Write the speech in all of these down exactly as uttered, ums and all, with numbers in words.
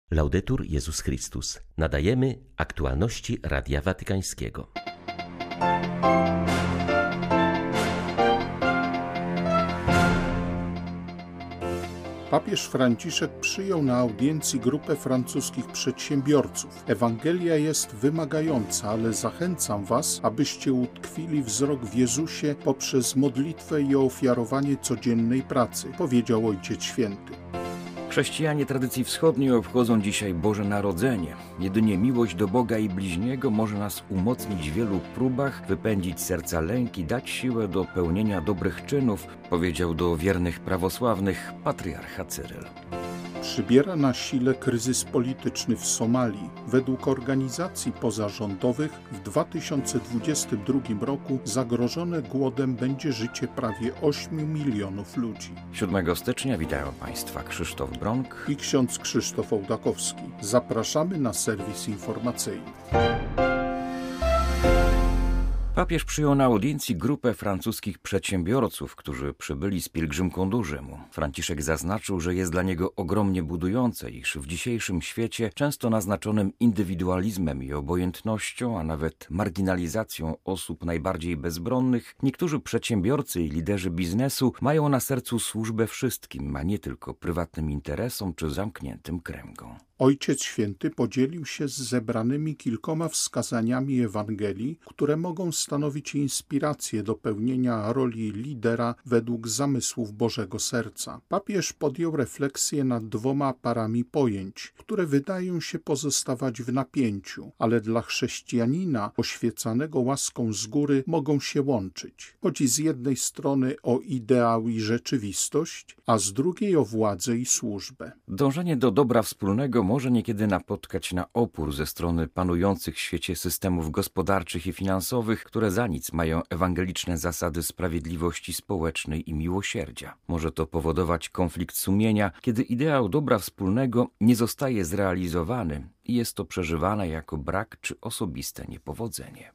Laudetur Jezus Chrystus. Nadajemy aktualności Radia Watykańskiego. Papież Franciszek przyjął na audiencji grupę francuskich przedsiębiorców. Ewangelia jest wymagająca, ale zachęcam was, abyście utkwili wzrok w Jezusie poprzez modlitwę i ofiarowanie codziennej pracy, powiedział Ojciec Święty. Chrześcijanie tradycji wschodniej obchodzą dzisiaj Boże Narodzenie. Jedynie miłość do Boga i bliźniego może nas umocnić w wielu próbach, wypędzić z serca lęk i dać siłę do pełnienia dobrych czynów, powiedział do wiernych prawosławnych patriarcha Cyryl. Przybiera na sile kryzys polityczny w Somalii. Według organizacji pozarządowych w dwa tysiące dwudziestym drugim roku zagrożone głodem będzie życie prawie ośmiu milionów ludzi. siódmego stycznia witają Państwa Krzysztof Bronk i ksiądz Krzysztof Ołdakowski. Zapraszamy na serwis informacyjny. Papież przyjął na audiencji grupę francuskich przedsiębiorców, którzy przybyli z pielgrzymką do Rzymu. Franciszek zaznaczył, że jest dla niego ogromnie budujące, iż w dzisiejszym świecie, często naznaczonym indywidualizmem i obojętnością, a nawet marginalizacją osób najbardziej bezbronnych, niektórzy przedsiębiorcy i liderzy biznesu mają na sercu służbę wszystkim, a nie tylko prywatnym interesom czy zamkniętym kręgom. Ojciec Święty podzielił się z zebranymi kilkoma wskazaniami Ewangelii, które mogą stanowić inspirację do pełnienia roli lidera według zamysłów Bożego Serca. Papież podjął refleksję nad dwoma parami pojęć, które wydają się pozostawać w napięciu, ale dla chrześcijanina oświecanego łaską z góry mogą się łączyć. Chodzi z jednej strony o ideał i rzeczywistość, a z drugiej o władzę i służbę. Dążenie do dobra wspólnego może niekiedy napotkać na opór ze strony panujących w świecie systemów gospodarczych i finansowych, które za nic mają ewangeliczne zasady sprawiedliwości społecznej i miłosierdzia. Może to powodować konflikt sumienia, kiedy ideał dobra wspólnego nie zostaje zrealizowany i jest to przeżywane jako brak czy osobiste niepowodzenie.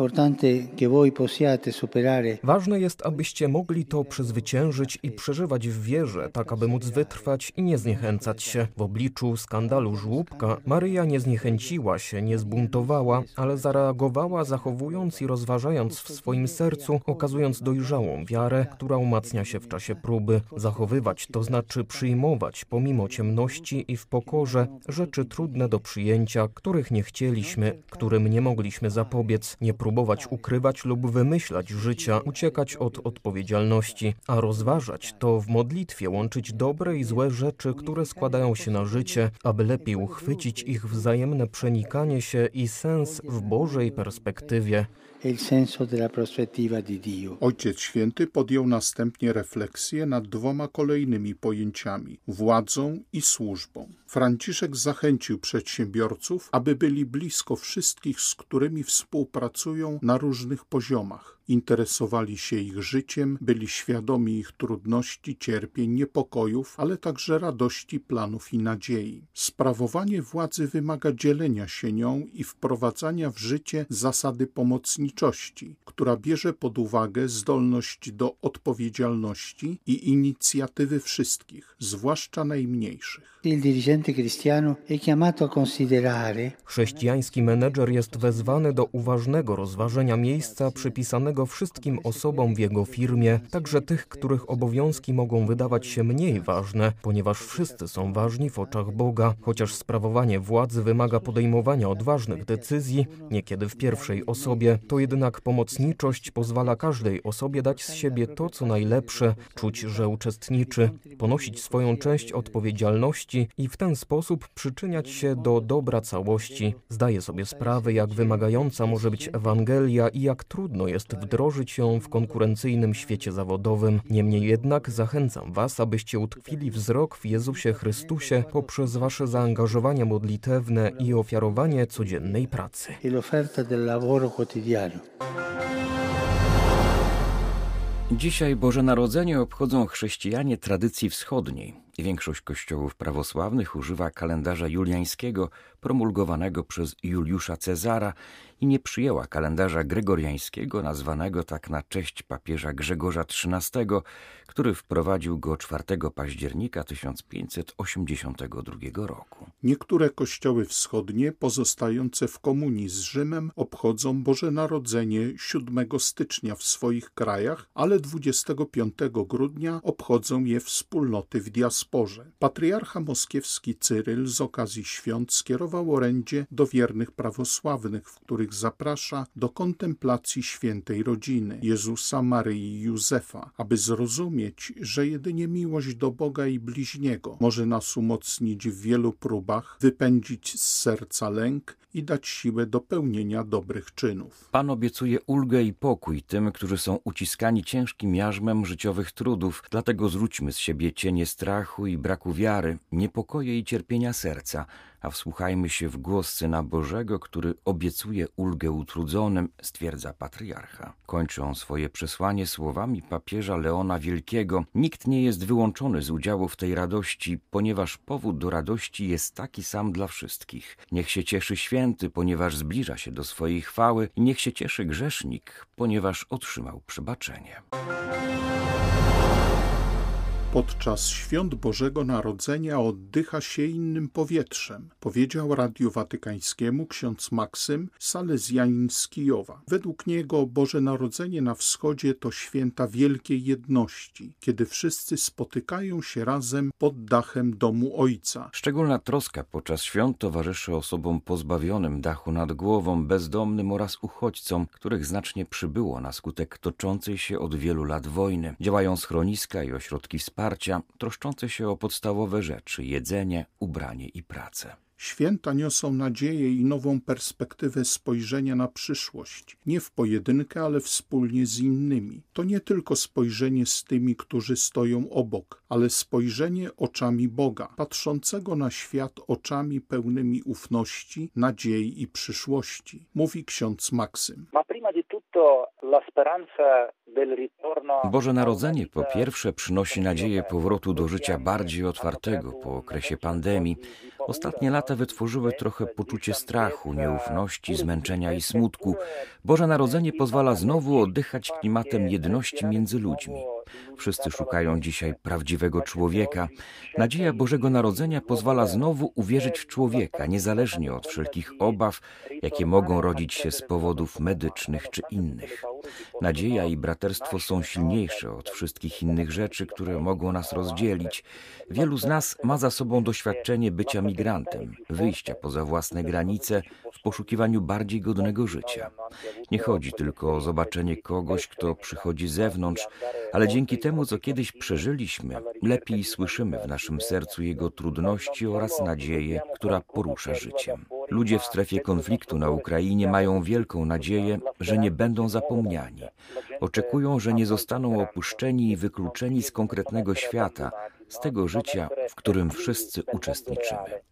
Ważne jest, abyście mogli to przezwyciężyć i przeżywać w wierze, tak aby móc wytrwać i nie zniechęcać się. W obliczu skandalu żłóbka Maryja nie zniechęciła się, nie zbuntowała, ale zareagowała, zachowując i rozważając w swoim sercu, okazując dojrzałą wiarę, która umacnia się w czasie próby. Zachowywać to znaczy przyjmować, pomimo ciemności i w pokorze, rzeczy trudne do przyjęcia, których nie chcieliśmy, którym nie mogliśmy zapobiec. Nie próbować ukrywać lub wymyślać życia, uciekać od odpowiedzialności, a rozważać to w modlitwie, łączyć dobre i złe rzeczy, które składają się na życie, aby lepiej uchwycić ich wzajemne przenikanie się i sens w Bożej perspektywie. Ojciec Święty podjął następnie refleksję nad dwoma kolejnymi pojęciami – władzą i służbą. Franciszek zachęcił przedsiębiorców, aby byli blisko wszystkich, z którymi współpracują na różnych poziomach. Interesowali się ich życiem, byli świadomi ich trudności, cierpień, niepokojów, ale także radości, planów i nadziei. Sprawowanie władzy wymaga dzielenia się nią i wprowadzania w życie zasady pomocniczości, która bierze pod uwagę zdolność do odpowiedzialności i inicjatywy wszystkich, zwłaszcza najmniejszych. Chrześcijański menedżer jest wezwany do uważnego rozważenia miejsca przypisanego wszystkim osobom w jego firmie, także tych, których obowiązki mogą wydawać się mniej ważne, ponieważ wszyscy są ważni w oczach Boga. Chociaż sprawowanie władzy wymaga podejmowania odważnych decyzji, niekiedy w pierwszej osobie, to jednak pomocniczość pozwala każdej osobie dać z siebie to, co najlepsze, czuć, że uczestniczy, ponosić swoją część odpowiedzialności i w ten sposób przyczyniać się do dobra całości. Zdaję sobie sprawę, jak wymagająca może być Ewangelia i jak trudno jest wdrożyć ją w konkurencyjnym świecie zawodowym. Niemniej jednak zachęcam was, abyście utkwili wzrok w Jezusie Chrystusie poprzez wasze zaangażowanie modlitewne i ofiarowanie codziennej pracy. Dzisiaj Boże Narodzenie obchodzą chrześcijanie tradycji wschodniej. Większość kościołów prawosławnych używa kalendarza juliańskiego promulgowanego przez Juliusza Cezara i nie przyjęła kalendarza gregoriańskiego, nazwanego tak na cześć papieża Grzegorza trzynastego, który wprowadził go czwartego października tysiąc pięćset osiemdziesiątego drugiego roku. Niektóre kościoły wschodnie, pozostające w komunii z Rzymem, obchodzą Boże Narodzenie siódmego stycznia w swoich krajach, ale dwudziestego piątego grudnia obchodzą je wspólnoty w diasporze. Patriarcha moskiewski Cyryl z okazji świąt skierował orędzie do wiernych prawosławnych, w których zaprasza do kontemplacji świętej rodziny Jezusa, Maryi i Józefa, aby zrozumieć, że jedynie miłość do Boga i bliźniego może nas umocnić w wielu próbach, wypędzić z serca lęk i dać siłę do pełnienia dobrych czynów. Pan obiecuje ulgę i pokój tym, którzy są uciskani ciężkim jarzmem życiowych trudów, dlatego zrzućmy z siebie cienie strachu i braku wiary, niepokoje i cierpienia serca, a wsłuchajmy się w głos Syna Bożego, który obiecuje ulgę utrudzonym, stwierdza patriarcha. Kończą swoje przesłanie słowami papieża Leona Wielkiego. Nikt nie jest wyłączony z udziału w tej radości, ponieważ powód do radości jest taki sam dla wszystkich. Niech się cieszy święty, ponieważ zbliża się do swojej chwały, i niech się cieszy grzesznik, ponieważ otrzymał przebaczenie. Podczas świąt Bożego Narodzenia oddycha się innym powietrzem, powiedział Radiu Watykańskiemu ksiądz Maksym, salezjanin z Kijowa. Według niego Boże Narodzenie na wschodzie to święta wielkiej jedności, kiedy wszyscy spotykają się razem pod dachem domu Ojca. Szczególna troska podczas świąt towarzyszy osobom pozbawionym dachu nad głową, bezdomnym oraz uchodźcom, których znacznie przybyło na skutek toczącej się od wielu lat wojny. Działają schroniska i ośrodki wsparcia, troszczące się o podstawowe rzeczy, jedzenie, ubranie i pracę. Święta niosą nadzieję i nową perspektywę spojrzenia na przyszłość. Nie w pojedynkę, ale wspólnie z innymi. To nie tylko spojrzenie z tymi, którzy stoją obok, ale spojrzenie oczami Boga, patrzącego na świat oczami pełnymi ufności, nadziei i przyszłości, mówi ksiądz Maksym. Boże Narodzenie po pierwsze przynosi nadzieję powrotu do życia bardziej otwartego po okresie pandemii. Ostatnie lata wytworzyły trochę poczucie strachu, nieufności, zmęczenia i smutku. Boże Narodzenie pozwala znowu oddychać klimatem jedności między ludźmi. Wszyscy szukają dzisiaj prawdziwego człowieka. Nadzieja Bożego Narodzenia pozwala znowu uwierzyć w człowieka, niezależnie od wszelkich obaw, jakie mogą rodzić się z powodów medycznych czy innych. Nadzieja i braterstwo są silniejsze od wszystkich innych rzeczy, które mogą nas rozdzielić. Wielu z nas ma za sobą doświadczenie bycia migrantem, wyjścia poza własne granice w poszukiwaniu bardziej godnego życia. Nie chodzi tylko o zobaczenie kogoś, kto przychodzi z zewnątrz, ale dzięki temu, co kiedyś przeżyliśmy, lepiej słyszymy w naszym sercu jego trudności oraz nadzieję, która porusza życiem. Ludzie w strefie konfliktu na Ukrainie mają wielką nadzieję, że nie będą zapomniani. Oczekują, że nie zostaną opuszczeni i wykluczeni z konkretnego świata, z tego życia, w którym wszyscy uczestniczymy.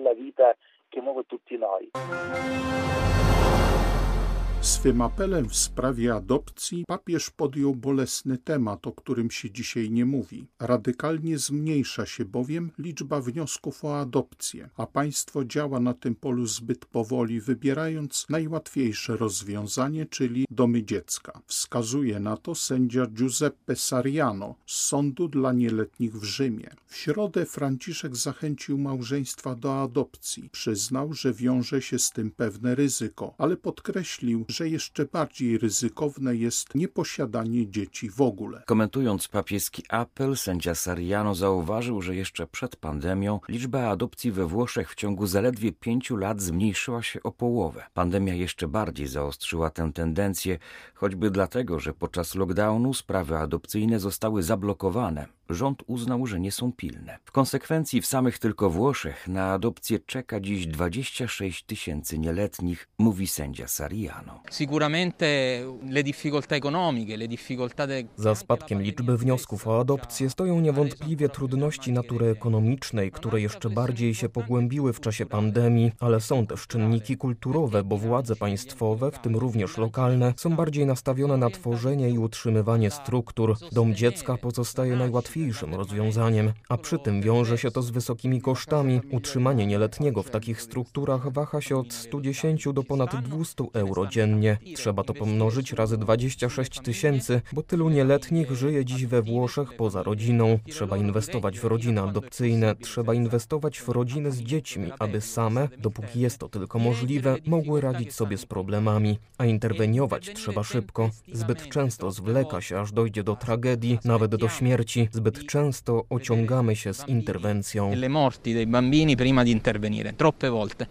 Swym apelem w sprawie adopcji papież podjął bolesny temat, o którym się dzisiaj nie mówi. Radykalnie zmniejsza się bowiem liczba wniosków o adopcję, a państwo działa na tym polu zbyt powoli, wybierając najłatwiejsze rozwiązanie, czyli domy dziecka. Wskazuje na to sędzia Giuseppe Sariano z Sądu dla Nieletnich w Rzymie. W środę Franciszek zachęcił małżeństwa do adopcji. Przyznał, że wiąże się z tym pewne ryzyko, ale podkreślił, że jeszcze bardziej ryzykowne jest nieposiadanie dzieci w ogóle. Komentując papieski apel, sędzia Sariano zauważył, że jeszcze przed pandemią liczba adopcji we Włoszech w ciągu zaledwie pięciu lat zmniejszyła się o połowę. Pandemia jeszcze bardziej zaostrzyła tę tendencję, choćby dlatego, że podczas lockdownu sprawy adopcyjne zostały zablokowane. Rząd uznał, że nie są pilne. W konsekwencji w samych tylko Włoszech na adopcję czeka dziś dwadzieścia sześć tysięcy nieletnich, mówi sędzia Sariano. Za spadkiem liczby wniosków o adopcję stoją niewątpliwie trudności natury ekonomicznej, które jeszcze bardziej się pogłębiły w czasie pandemii, ale są też czynniki kulturowe, bo władze państwowe, w tym również lokalne, są bardziej nastawione na tworzenie i utrzymywanie struktur. Dom dziecka pozostaje najłatwiejszym rozwiązaniem, a przy tym wiąże się to z wysokimi kosztami. Utrzymanie nieletniego w takich strukturach waha się od stu dziesięciu do ponad dwustu euro dziennie. dziennie. Trzeba to pomnożyć razy dwadzieścia sześć tysięcy, bo tylu nieletnich żyje dziś we Włoszech poza rodziną. Trzeba inwestować w rodziny adopcyjne, trzeba inwestować w rodziny z dziećmi, aby same, dopóki jest to tylko możliwe, mogły radzić sobie z problemami. A interweniować trzeba szybko. Zbyt często zwleka się, aż dojdzie do tragedii, nawet do śmierci. Zbyt często ociągamy się z interwencją. Le morti dei bambini prima di intervenire, troppe volte.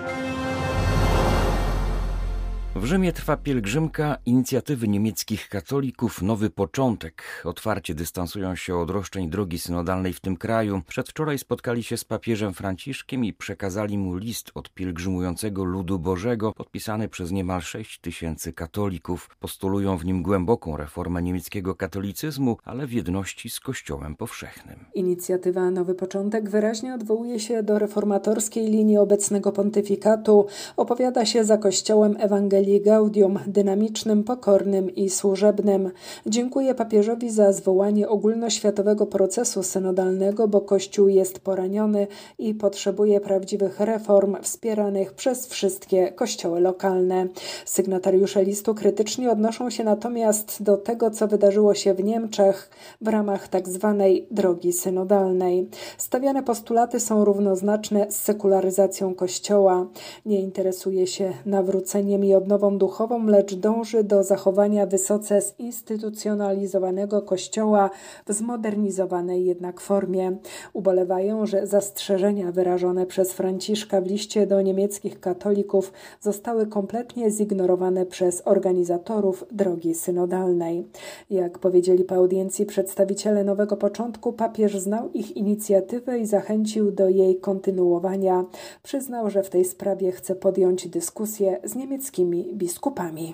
W Rzymie trwa pielgrzymka inicjatywy niemieckich katolików Nowy Początek. Otwarcie dystansują się od roszczeń drogi synodalnej w tym kraju. Przedwczoraj spotkali się z papieżem Franciszkiem i przekazali mu list od pielgrzymującego ludu Bożego, podpisany przez niemal sześć tysięcy katolików. Postulują w nim głęboką reformę niemieckiego katolicyzmu, ale w jedności z Kościołem powszechnym. Inicjatywa Nowy Początek wyraźnie odwołuje się do reformatorskiej linii obecnego pontyfikatu. Opowiada się za Kościołem Ewangelii Gaudium, dynamicznym, pokornym i służebnym. Dziękuję papieżowi za zwołanie ogólnoświatowego procesu synodalnego, bo Kościół jest poraniony i potrzebuje prawdziwych reform wspieranych przez wszystkie kościoły lokalne. Sygnatariusze listu krytycznie odnoszą się natomiast do tego, co wydarzyło się w Niemczech w ramach tzw. drogi synodalnej. Stawiane postulaty są równoznaczne z sekularyzacją Kościoła. Nie interesuje się nawróceniem i odnową duchową, lecz dąży do zachowania wysoce zinstytucjonalizowanego Kościoła w zmodernizowanej jednak formie. Ubolewają, że zastrzeżenia wyrażone przez Franciszka w liście do niemieckich katolików zostały kompletnie zignorowane przez organizatorów drogi synodalnej. Jak powiedzieli po audiencji przedstawiciele Nowego Początku, papież znał ich inicjatywę i zachęcił do jej kontynuowania. Przyznał, że w tej sprawie chce podjąć dyskusję z niemieckimi biskupami.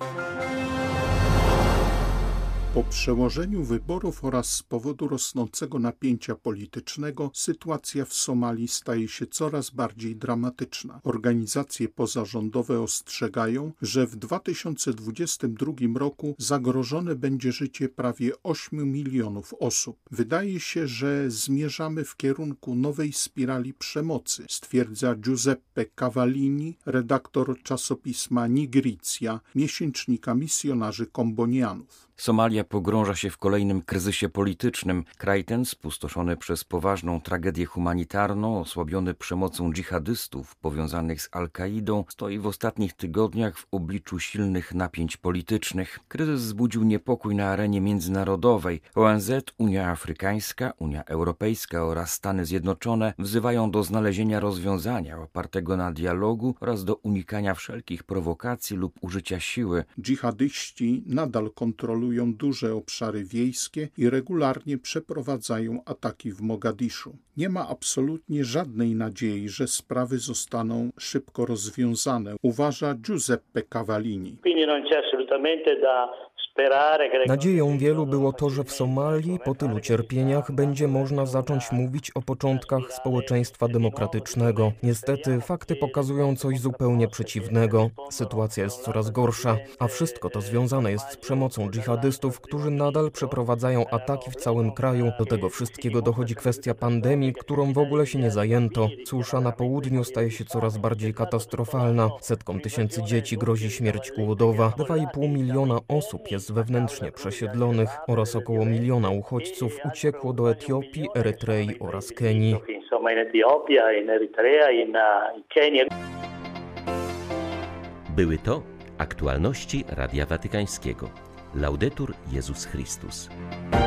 Po przełożeniu wyborów oraz z powodu rosnącego napięcia politycznego sytuacja w Somalii staje się coraz bardziej dramatyczna. Organizacje pozarządowe ostrzegają, że w dwa tysiące dwudziestym drugim roku zagrożone będzie życie prawie ośmiu milionów osób. Wydaje się, że zmierzamy w kierunku nowej spirali przemocy, stwierdza Giuseppe Cavallini, redaktor czasopisma Nigrizia, miesięcznika misjonarzy kombonianów. Somalia pogrąża się w kolejnym kryzysie politycznym. Kraj ten, spustoszony przez poważną tragedię humanitarną, osłabiony przemocą dżihadystów powiązanych z Al-Kaidą, stoi w ostatnich tygodniach w obliczu silnych napięć politycznych. Kryzys wzbudził niepokój na arenie międzynarodowej. O N Z, Unia Afrykańska, Unia Europejska oraz Stany Zjednoczone wzywają do znalezienia rozwiązania opartego na dialogu oraz do unikania wszelkich prowokacji lub użycia siły. Dżihadyści nadal kontrolują duże obszary wiejskie i regularnie przeprowadzają ataki w Mogadiszu. Nie ma absolutnie żadnej nadziei, że sprawy zostaną szybko rozwiązane, uważa Giuseppe Cavallini. Nadzieją wielu było to, że w Somalii po tylu cierpieniach będzie można zacząć mówić o początkach społeczeństwa demokratycznego. Niestety fakty pokazują coś zupełnie przeciwnego. Sytuacja jest coraz gorsza, a wszystko to związane jest z przemocą dżihadystów, którzy nadal przeprowadzają ataki w całym kraju. Do tego wszystkiego dochodzi kwestia pandemii, którą w ogóle się nie zajęto. Susza na południu staje się coraz bardziej katastrofalna. Setkom tysięcy dzieci grozi śmierć głodowa. dwa i pół miliona osób jest wewnętrznie przesiedlonych oraz około miliona uchodźców uciekło do Etiopii, Erytrei oraz Kenii. Były to aktualności Radia Watykańskiego. Laudetur Jezus Chrystus.